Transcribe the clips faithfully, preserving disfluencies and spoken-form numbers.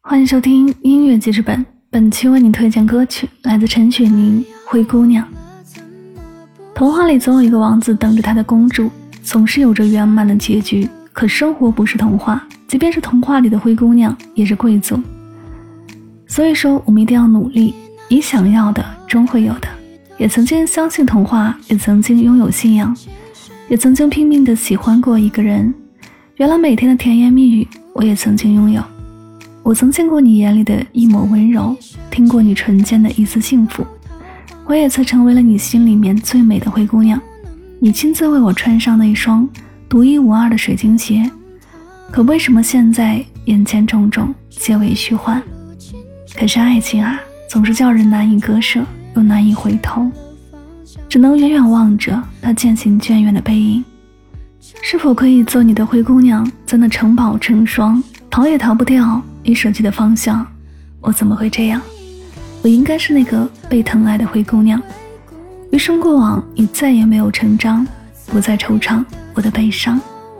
欢迎收听音乐记事本，本期为你推荐歌曲来自陈雪凝《灰姑娘》。童话里总有一个王子等着他的公主，总是有着圆满的结局。可生活不是童话，即便是童话里的灰姑娘也是贵族。所以说我们一定要努力，你想要的终会有的。也曾经相信童话，也曾经拥有信仰，也曾经拼命地喜欢过一个人。原来每天的甜言蜜语我也曾经拥有。我曾见过你眼里的一抹温柔，听过你唇间的一丝幸福。我也曾成为了你心里面最美的灰姑娘，你亲自为我穿上那一双独一无二的水晶鞋。可为什么现在眼前种种皆为虚幻？可是爱情啊，总是叫人难以割舍，又难以回头，只能远远望着他渐行渐远的背影。是否可以做你的灰姑娘，在那城堡成双，逃也逃不掉你舍弃的方向？我怎么会这样？我应该是那个被疼爱的灰姑娘。余生过往，你再也没有成长，不再惆怅我的悲伤。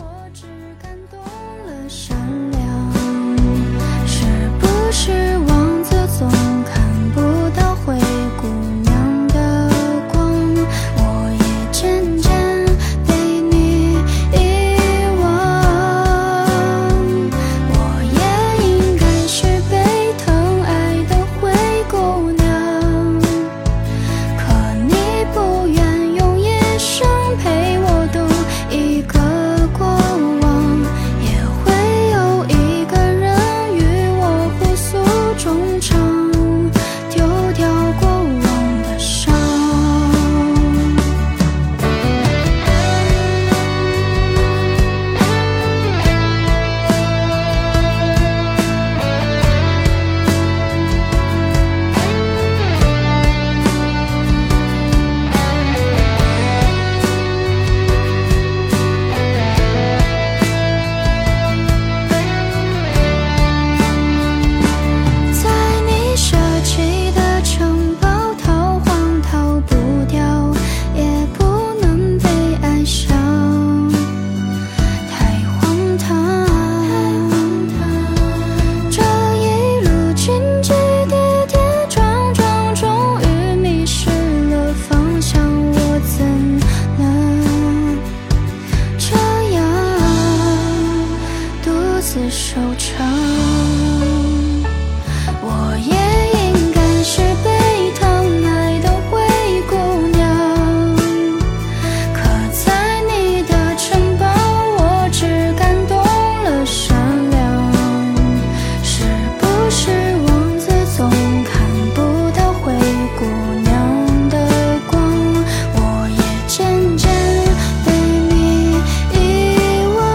收场，我也应该是被疼爱的灰姑娘。可在你的城堡，我只感动了善良。是不是王子总看不到灰姑娘的光？我也渐渐被你遗忘。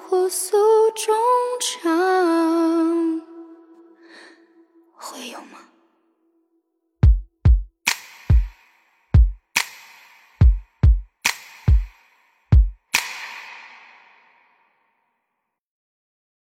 会有吗？